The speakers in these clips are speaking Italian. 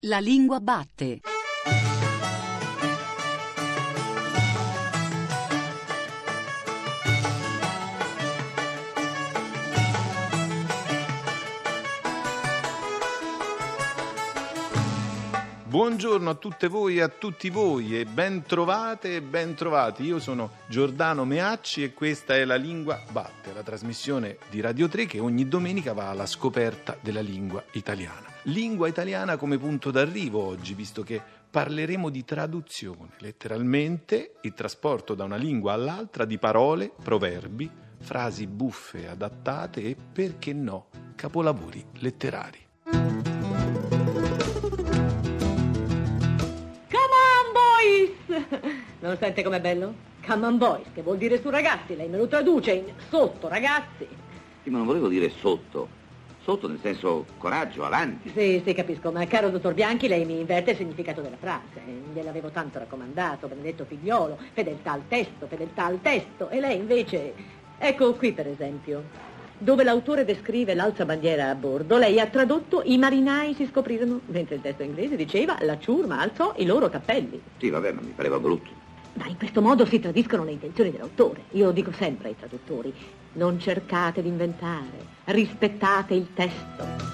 La lingua batte. Buongiorno a tutte voi e a tutti voi e ben trovate e ben trovati. Io sono Giordano Meacci e questa è La Lingua Batte, la trasmissione di Radio 3 che ogni domenica va alla scoperta della lingua italiana. Lingua italiana come punto d'arrivo oggi, visto che parleremo di traduzione, letteralmente il trasporto da una lingua all'altra di parole, proverbi, frasi buffe adattate e, perché no, capolavori letterari. Non sente com'è bello? Come on boys, che vuol dire su ragazzi, lei me lo traduce in sotto ragazzi. Sì, ma non volevo dire sotto nel senso coraggio, avanti. Sì, capisco, ma caro dottor Bianchi, lei mi inverte il significato della frase. Gliel'avevo tanto raccomandato, benedetto figliolo, fedeltà al testo, e lei invece, ecco qui per esempio, dove l'autore descrive l'alza bandiera a bordo, lei ha tradotto i marinai si scoprirono, mentre il testo inglese diceva la ciurma alzò i loro cappelli. Sì, vabbè, ma mi pareva brutto. Ma in questo modo si tradiscono le intenzioni dell'autore. Io lo dico sempre ai traduttori, non cercate di inventare, rispettate il testo.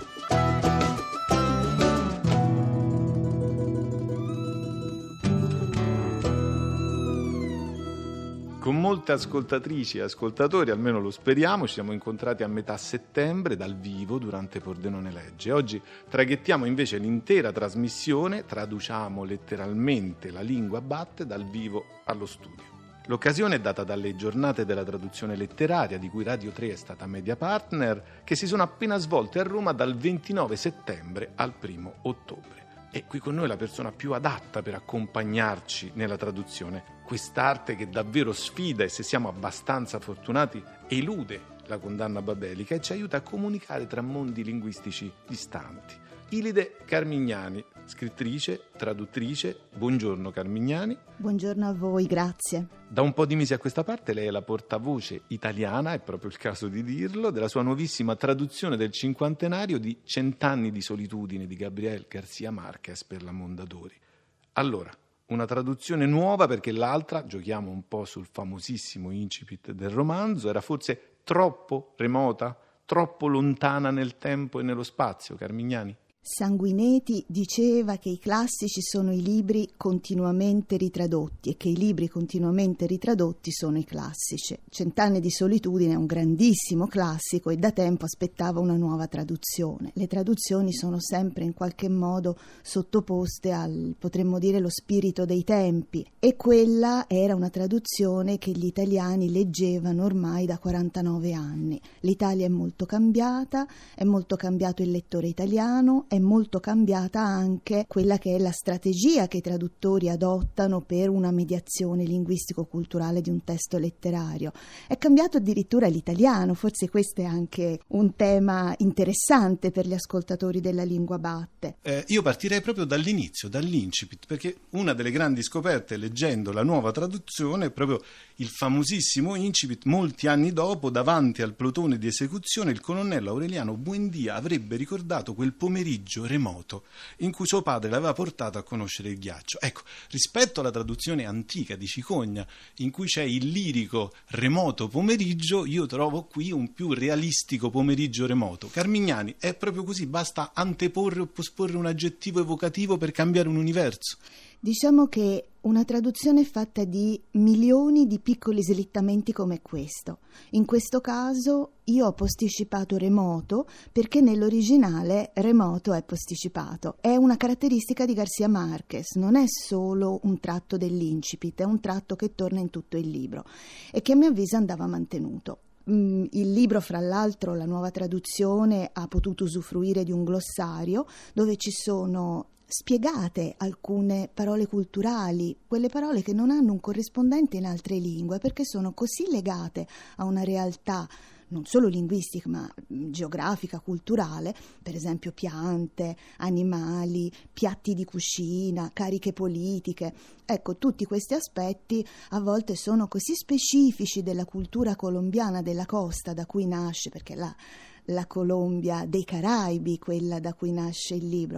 Con molte ascoltatrici e ascoltatori, almeno lo speriamo, ci siamo incontrati a metà settembre dal vivo durante Pordenone Legge. Oggi traghettiamo invece l'intera trasmissione, traduciamo letteralmente La Lingua Batte dal vivo allo studio. L'occasione è data dalle giornate della traduzione letteraria, di cui Radio 3 è stata media partner, che si sono appena svolte a Roma dal 29 settembre al 1 ottobre. E qui con noi la persona più adatta per accompagnarci nella traduzione, quest'arte che davvero sfida e, se siamo abbastanza fortunati, elude la condanna babelica e ci aiuta a comunicare tra mondi linguistici distanti. Ilide Carmignani, scrittrice, traduttrice. Buongiorno Carmignani. Buongiorno a voi, grazie. Da un po' di mesi a questa parte lei è la portavoce italiana, è proprio il caso di dirlo, della sua nuovissima traduzione del cinquantenario di Cent'anni di solitudine di Gabriel García Márquez per la Mondadori. Allora, una traduzione nuova perché l'altra, giochiamo un po' sul famosissimo incipit del romanzo, era forse troppo remota, troppo lontana nel tempo e nello spazio, Carmignani? Sanguineti diceva che i classici sono i libri continuamente ritradotti e che i libri continuamente ritradotti sono i classici. Cent'anni di solitudine è un grandissimo classico e da tempo aspettava una nuova traduzione. Le traduzioni sono sempre in qualche modo sottoposte al, potremmo dire, lo spirito dei tempi, e quella era una traduzione che gli italiani leggevano ormai da 49 anni. L'Italia è molto cambiata, è molto cambiato il lettore italiano, è molto cambiata anche quella che è la strategia che i traduttori adottano per una mediazione linguistico-culturale di un testo letterario. È cambiato addirittura l'italiano, forse questo è anche un tema interessante per gli ascoltatori della Lingua Batte. Io partirei proprio dall'inizio, dall'incipit, perché una delle grandi scoperte leggendo la nuova traduzione è proprio il famosissimo incipit. Molti anni dopo, davanti al plotone di esecuzione, il colonnello Aureliano Buendia avrebbe ricordato quel pomeriggio remoto in cui suo padre l'aveva portato a conoscere il ghiaccio. Ecco, rispetto alla traduzione antica di Cicogna, in cui c'è il lirico remoto pomeriggio, io trovo qui un più realistico pomeriggio remoto. Carmignani, è proprio così? Basta anteporre o posporre un aggettivo evocativo per cambiare un universo? Diciamo che una traduzione è fatta di milioni di piccoli slittamenti come questo. In questo caso io ho posticipato remoto perché nell'originale remoto è posticipato. È una caratteristica di García Márquez, non è solo un tratto dell'incipit, è un tratto che torna in tutto il libro e che a mio avviso andava mantenuto. Il libro, fra l'altro, la nuova traduzione ha potuto usufruire di un glossario dove ci sono spiegate alcune parole culturali, quelle parole che non hanno un corrispondente in altre lingue perché sono così legate a una realtà non solo linguistica ma geografica, culturale, per esempio piante, animali, piatti di cucina, cariche politiche. Ecco, tutti questi aspetti a volte sono così specifici della cultura colombiana della costa da cui nasce, perché la Colombia dei Caraibi, quella da cui nasce il libro,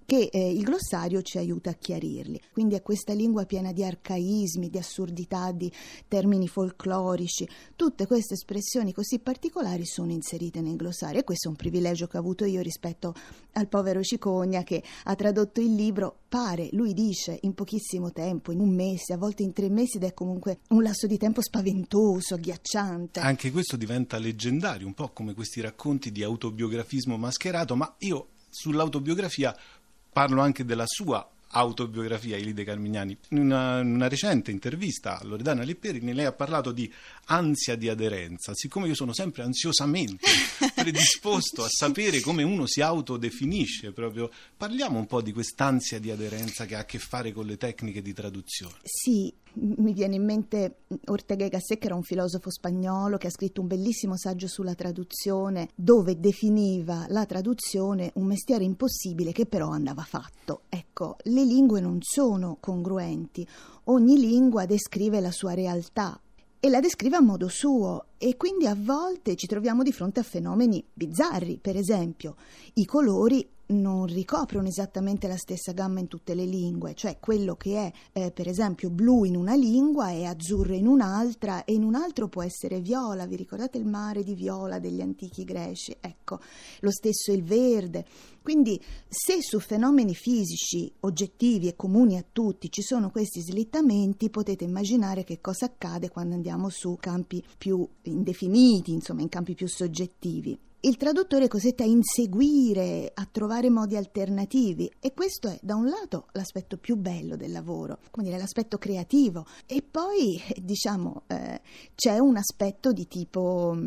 che il glossario ci aiuta a chiarirli. Quindi è questa lingua piena di arcaismi, di assurdità, di termini folclorici. Tutte queste espressioni così particolari sono inserite nel glossario, e questo è un privilegio che ho avuto io rispetto al povero Cicogna, che ha tradotto il libro, lui dice, in pochissimo tempo, in un mese, a volte in 3 mesi, ed è comunque un lasso di tempo spaventoso, agghiacciante. Anche questo diventa leggendario, un po' come questi racconti di autobiografismo mascherato, ma io sull'autobiografia parlo anche della sua autobiografia, Ilide Carmignani. In una recente intervista a Loredana Lepperini lei ha parlato di ansia di aderenza. Siccome io sono sempre ansiosamente predisposto a sapere come uno si autodefinisce, proprio parliamo un po' di quest'ansia di aderenza che ha a che fare con le tecniche di traduzione. Sì, mi viene in mente Ortega y Gasset, che era un filosofo spagnolo che ha scritto un bellissimo saggio sulla traduzione, dove definiva la traduzione un mestiere impossibile che però andava fatto. Ecco, le lingue non sono congruenti, ogni lingua descrive la sua realtà e la descrive a modo suo, e quindi a volte ci troviamo di fronte a fenomeni bizzarri. Per esempio, i colori non ricoprono esattamente la stessa gamma in tutte le lingue, cioè quello che è per esempio blu in una lingua è azzurro in un'altra, e in un altro può essere viola. Vi ricordate il mare di viola degli antichi greci? Ecco, lo stesso il verde. Quindi se su fenomeni fisici oggettivi e comuni a tutti ci sono questi slittamenti, potete immaginare che cosa accade quando andiamo su campi più indefiniti, insomma in campi più soggettivi. Il traduttore è costretto a inseguire, a trovare modi alternativi, e questo è da un lato l'aspetto più bello del lavoro, come dire, l'aspetto creativo, e poi diciamo c'è un aspetto di tipo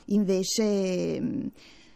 invece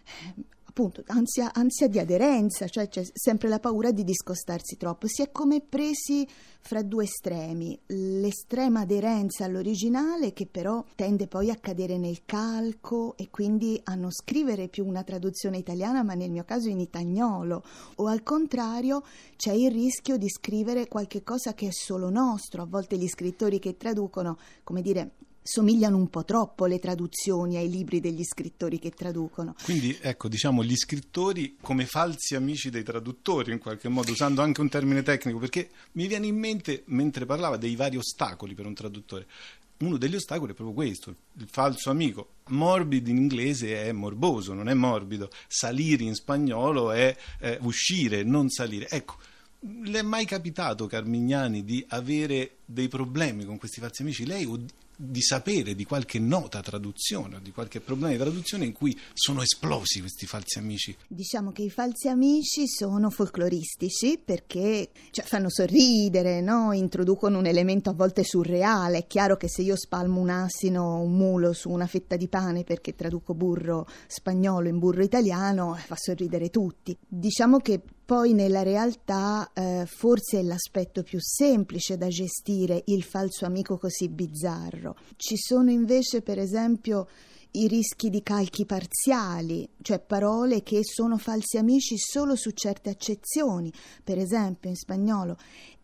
appunto ansia di aderenza, cioè c'è sempre la paura di discostarsi troppo. Si è come presi fra 2 estremi, l'estrema aderenza all'originale, che però tende poi a cadere nel calco e quindi a non scrivere più una traduzione italiana, ma nel mio caso in itagnolo, o al contrario c'è il rischio di scrivere qualche cosa che è solo nostro. A volte gli scrittori che traducono, come dire, somigliano un po' troppo le traduzioni ai libri degli scrittori che traducono. Quindi ecco, diciamo, gli scrittori come falsi amici dei traduttori, in qualche modo, usando anche un termine tecnico, perché mi viene in mente, mentre parlava, dei vari ostacoli per un traduttore. Uno degli ostacoli è proprio questo, il falso amico. Morbid in inglese è morboso, non è morbido. Salire in spagnolo è uscire, non salire. Ecco, le è mai capitato, Carmignani, di avere dei problemi con questi falsi amici? Lei o di sapere di qualche nota traduzione o di qualche problema di traduzione in cui sono esplosi questi falsi amici? Diciamo che i falsi amici sono folcloristici perché fanno sorridere, no? Introducono un elemento a volte surreale. È chiaro che se io spalmo un asino o un mulo su una fetta di pane perché traduco burro spagnolo in burro italiano, fa sorridere tutti. Diciamo che poi nella realtà forse è l'aspetto più semplice da gestire, il falso amico così bizzarro. Ci sono invece, per esempio, i rischi di calchi parziali, cioè parole che sono falsi amici solo su certe accezioni. Per esempio in spagnolo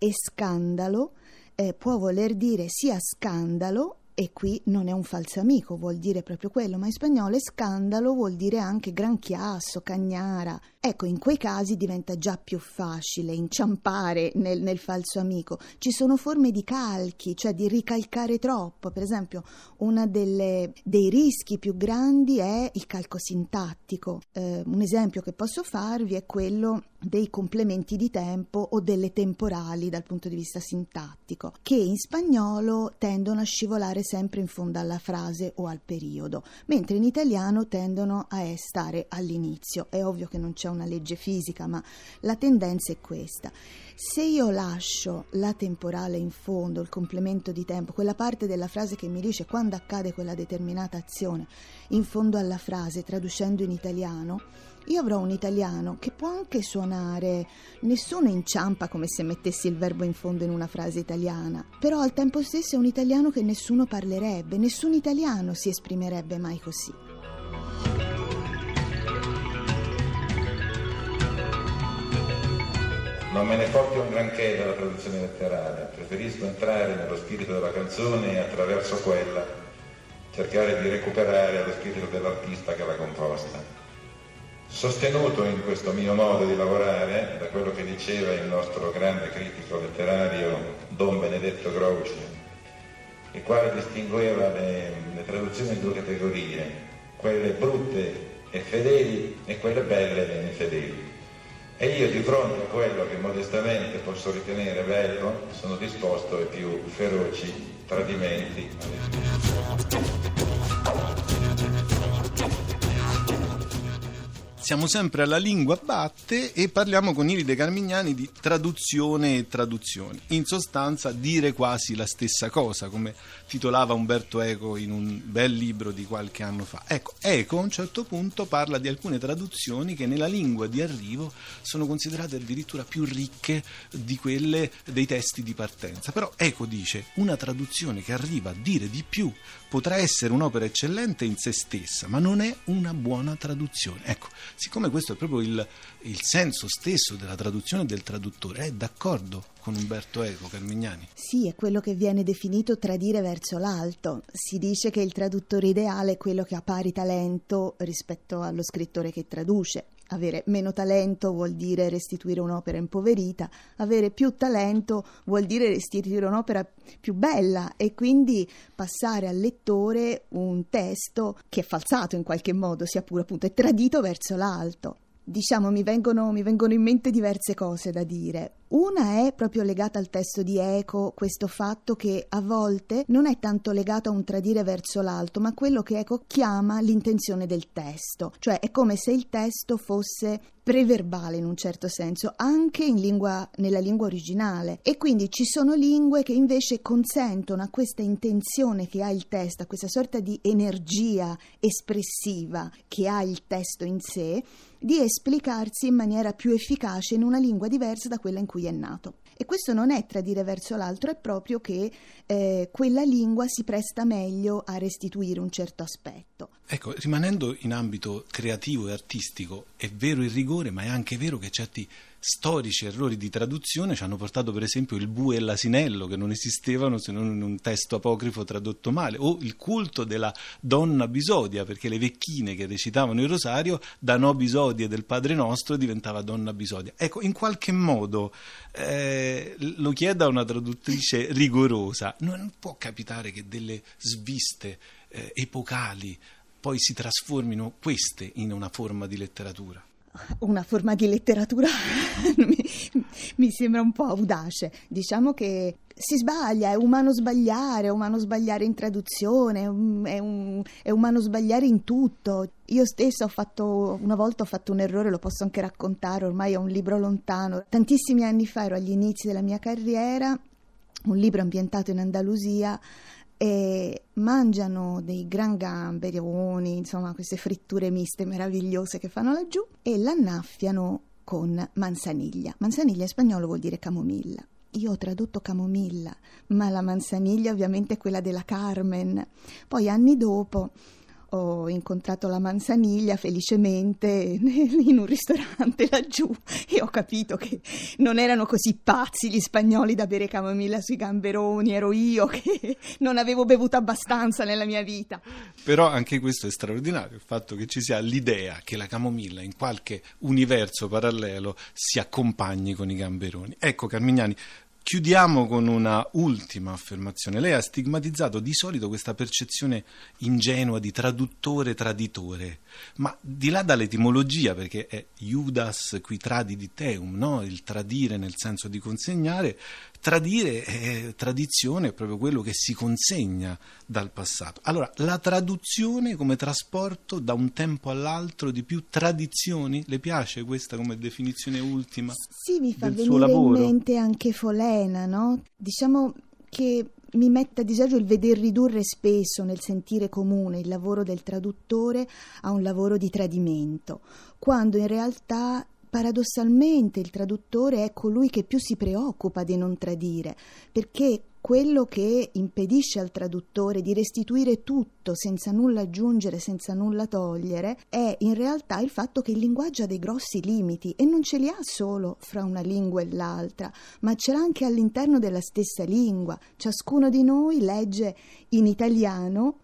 escandalo può voler dire sia scandalo, e qui non è un falso amico, vuol dire proprio quello, ma in spagnolo scandalo vuol dire anche gran chiasso, cagnara. Ecco, in quei casi diventa già più facile inciampare nel falso amico. Ci sono forme di calchi, cioè di ricalcare troppo. Per esempio, uno dei rischi più grandi è il calco sintattico. Un esempio che posso farvi è quello dei complementi di tempo o delle temporali dal punto di vista sintattico, che in spagnolo tendono a scivolare sempre in fondo alla frase o al periodo, mentre in italiano tendono a stare all'inizio. È ovvio che non c'è una legge fisica, ma la tendenza è questa. Se io lascio la temporale in fondo, il complemento di tempo, quella parte della frase che mi dice quando accade quella determinata azione, in fondo alla frase, traducendo in italiano, io avrò un italiano che può anche suonare, nessuno inciampa come se mettessi il verbo in fondo in una frase italiana, però al tempo stesso è un italiano che nessuno parlerebbe, nessun italiano si esprimerebbe mai così. Non me ne fotte un granché dalla traduzione letterale, preferisco entrare nello spirito della canzone e attraverso quella cercare di recuperare lo spirito dell'artista che l'ha composta. sostenuto in questo mio modo di lavorare da quello che diceva il nostro grande critico letterario Don Benedetto Croce, il quale distingueva le traduzioni in due categorie, quelle brutte e fedeli e quelle belle e infedeli. E io, di fronte a quello che modestamente posso ritenere bello, sono disposto ai più feroci tradimenti. Siamo sempre alla Lingua Batte e parliamo con Iride Carmignani di traduzione e traduzioni. In sostanza, dire quasi la stessa cosa, come titolava Umberto Eco in un bel libro di qualche anno fa. Ecco, Eco a un certo punto parla di alcune traduzioni che nella lingua di arrivo sono considerate addirittura più ricche di quelle dei testi di partenza. Però Eco dice: una traduzione che arriva a dire di più potrà essere un'opera eccellente in se stessa, ma non è una buona traduzione. Ecco, siccome questo è proprio il senso stesso della traduzione del traduttore, è d'accordo con Umberto Eco, Carmignani? Sì, è quello che viene definito tradire verso l'alto. Si dice che il traduttore ideale è quello che ha pari talento rispetto allo scrittore che traduce. Avere meno talento vuol dire restituire un'opera impoverita, avere più talento vuol dire restituire un'opera più bella e quindi passare al lettore un testo che è falsato in qualche modo, sia pure appunto è tradito verso l'alto. Diciamo, mi vengono in mente diverse cose da dire. Una è proprio legata al testo di Eco, questo fatto che a volte non è tanto legato a un tradire verso l'alto, ma quello che Eco chiama l'intenzione del testo, cioè è come se il testo fosse preverbale in un certo senso, anche nella lingua originale, e quindi ci sono lingue che invece consentono a questa intenzione che ha il testo, a questa sorta di energia espressiva che ha il testo in sé, di esplicarsi in maniera più efficace in una lingua diversa da quella in cui è nato. E questo non è tradire verso l'altro, è proprio che quella lingua si presta meglio a restituire un certo aspetto. Ecco, rimanendo in ambito creativo e artistico, è vero il rigore, ma è anche vero che certi storici errori di traduzione ci hanno portato per esempio il bue e l'asinello, che non esistevano se non in un testo apocrifo tradotto male, o il culto della donna bisodia, perché le vecchine che recitavano il rosario da no bisodie del Padre Nostro diventava donna bisodia. Ecco, in qualche modo lo chiedo a una traduttrice rigorosa, non può capitare che delle sviste epocali poi si trasformino queste in una forma di letteratura? Una forma di letteratura mi sembra un po' audace. Diciamo che si sbaglia, è umano sbagliare in traduzione, è umano sbagliare in tutto. Io stessa una volta ho fatto un errore, lo posso anche raccontare, ormai è un libro lontano. Tantissimi anni fa, ero agli inizi della mia carriera, un libro ambientato in Andalusia, e mangiano dei gran gamberoni, insomma queste fritture miste meravigliose che fanno laggiù, e l'annaffiano con manzaniglia. Manzaniglia in spagnolo vuol dire camomilla. Io ho tradotto camomilla, ma la manzaniglia ovviamente è quella della Carmen. Poi anni dopo ho incontrato la manzaniglia felicemente in un ristorante laggiù e ho capito che non erano così pazzi gli spagnoli da bere camomilla sui gamberoni, ero io che non avevo bevuto abbastanza nella mia vita. Però anche questo è straordinario, il fatto che ci sia l'idea che la camomilla in qualche universo parallelo si accompagni con i gamberoni. Ecco, Carmignani, chiudiamo con una ultima affermazione. Lei ha stigmatizzato di solito questa percezione ingenua di traduttore-traditore, ma di là dall'etimologia, perché è Iudas qui tradiditeum, no? Il tradire nel senso di consegnare, tradire è tradizione, è proprio quello che si consegna dal passato. Allora, la traduzione come trasporto da un tempo all'altro di più tradizioni, le piace questa come definizione ultima? Sì, mi fa del suo venire lavoro? In mente anche Folena, no? Diciamo che mi mette a disagio il veder ridurre spesso nel sentire comune il lavoro del traduttore a un lavoro di tradimento, quando in realtà paradossalmente il traduttore è colui che più si preoccupa di non tradire, perché quello che impedisce al traduttore di restituire tutto senza nulla aggiungere, senza nulla togliere, è in realtà il fatto che il linguaggio ha dei grossi limiti e non ce li ha solo fra una lingua e l'altra, ma ce l'ha anche all'interno della stessa lingua. Ciascuno di noi legge in italiano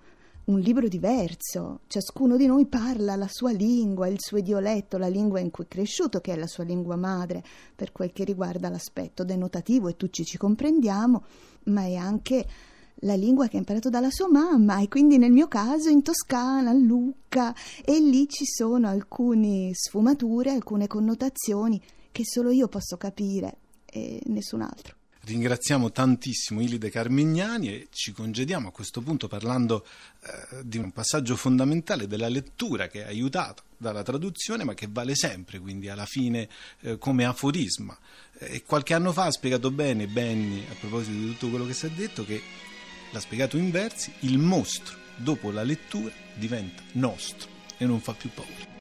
un libro diverso, ciascuno di noi parla la sua lingua, il suo idioletto, la lingua in cui è cresciuto, che è la sua lingua madre, per quel che riguarda l'aspetto denotativo, e tutti ci comprendiamo, ma è anche la lingua che ha imparato dalla sua mamma, e quindi nel mio caso in Toscana, a Lucca, e lì ci sono alcune sfumature, alcune connotazioni che solo io posso capire e nessun altro. Ringraziamo tantissimo Ilide Carmignani e ci congediamo a questo punto parlando di un passaggio fondamentale della lettura che è aiutato dalla traduzione, ma che vale sempre, quindi alla fine come aforisma. E qualche anno fa ha spiegato bene Benni, a proposito di tutto quello che si è detto, che l'ha spiegato in versi: il mostro dopo la lettura diventa nostro e non fa più paura.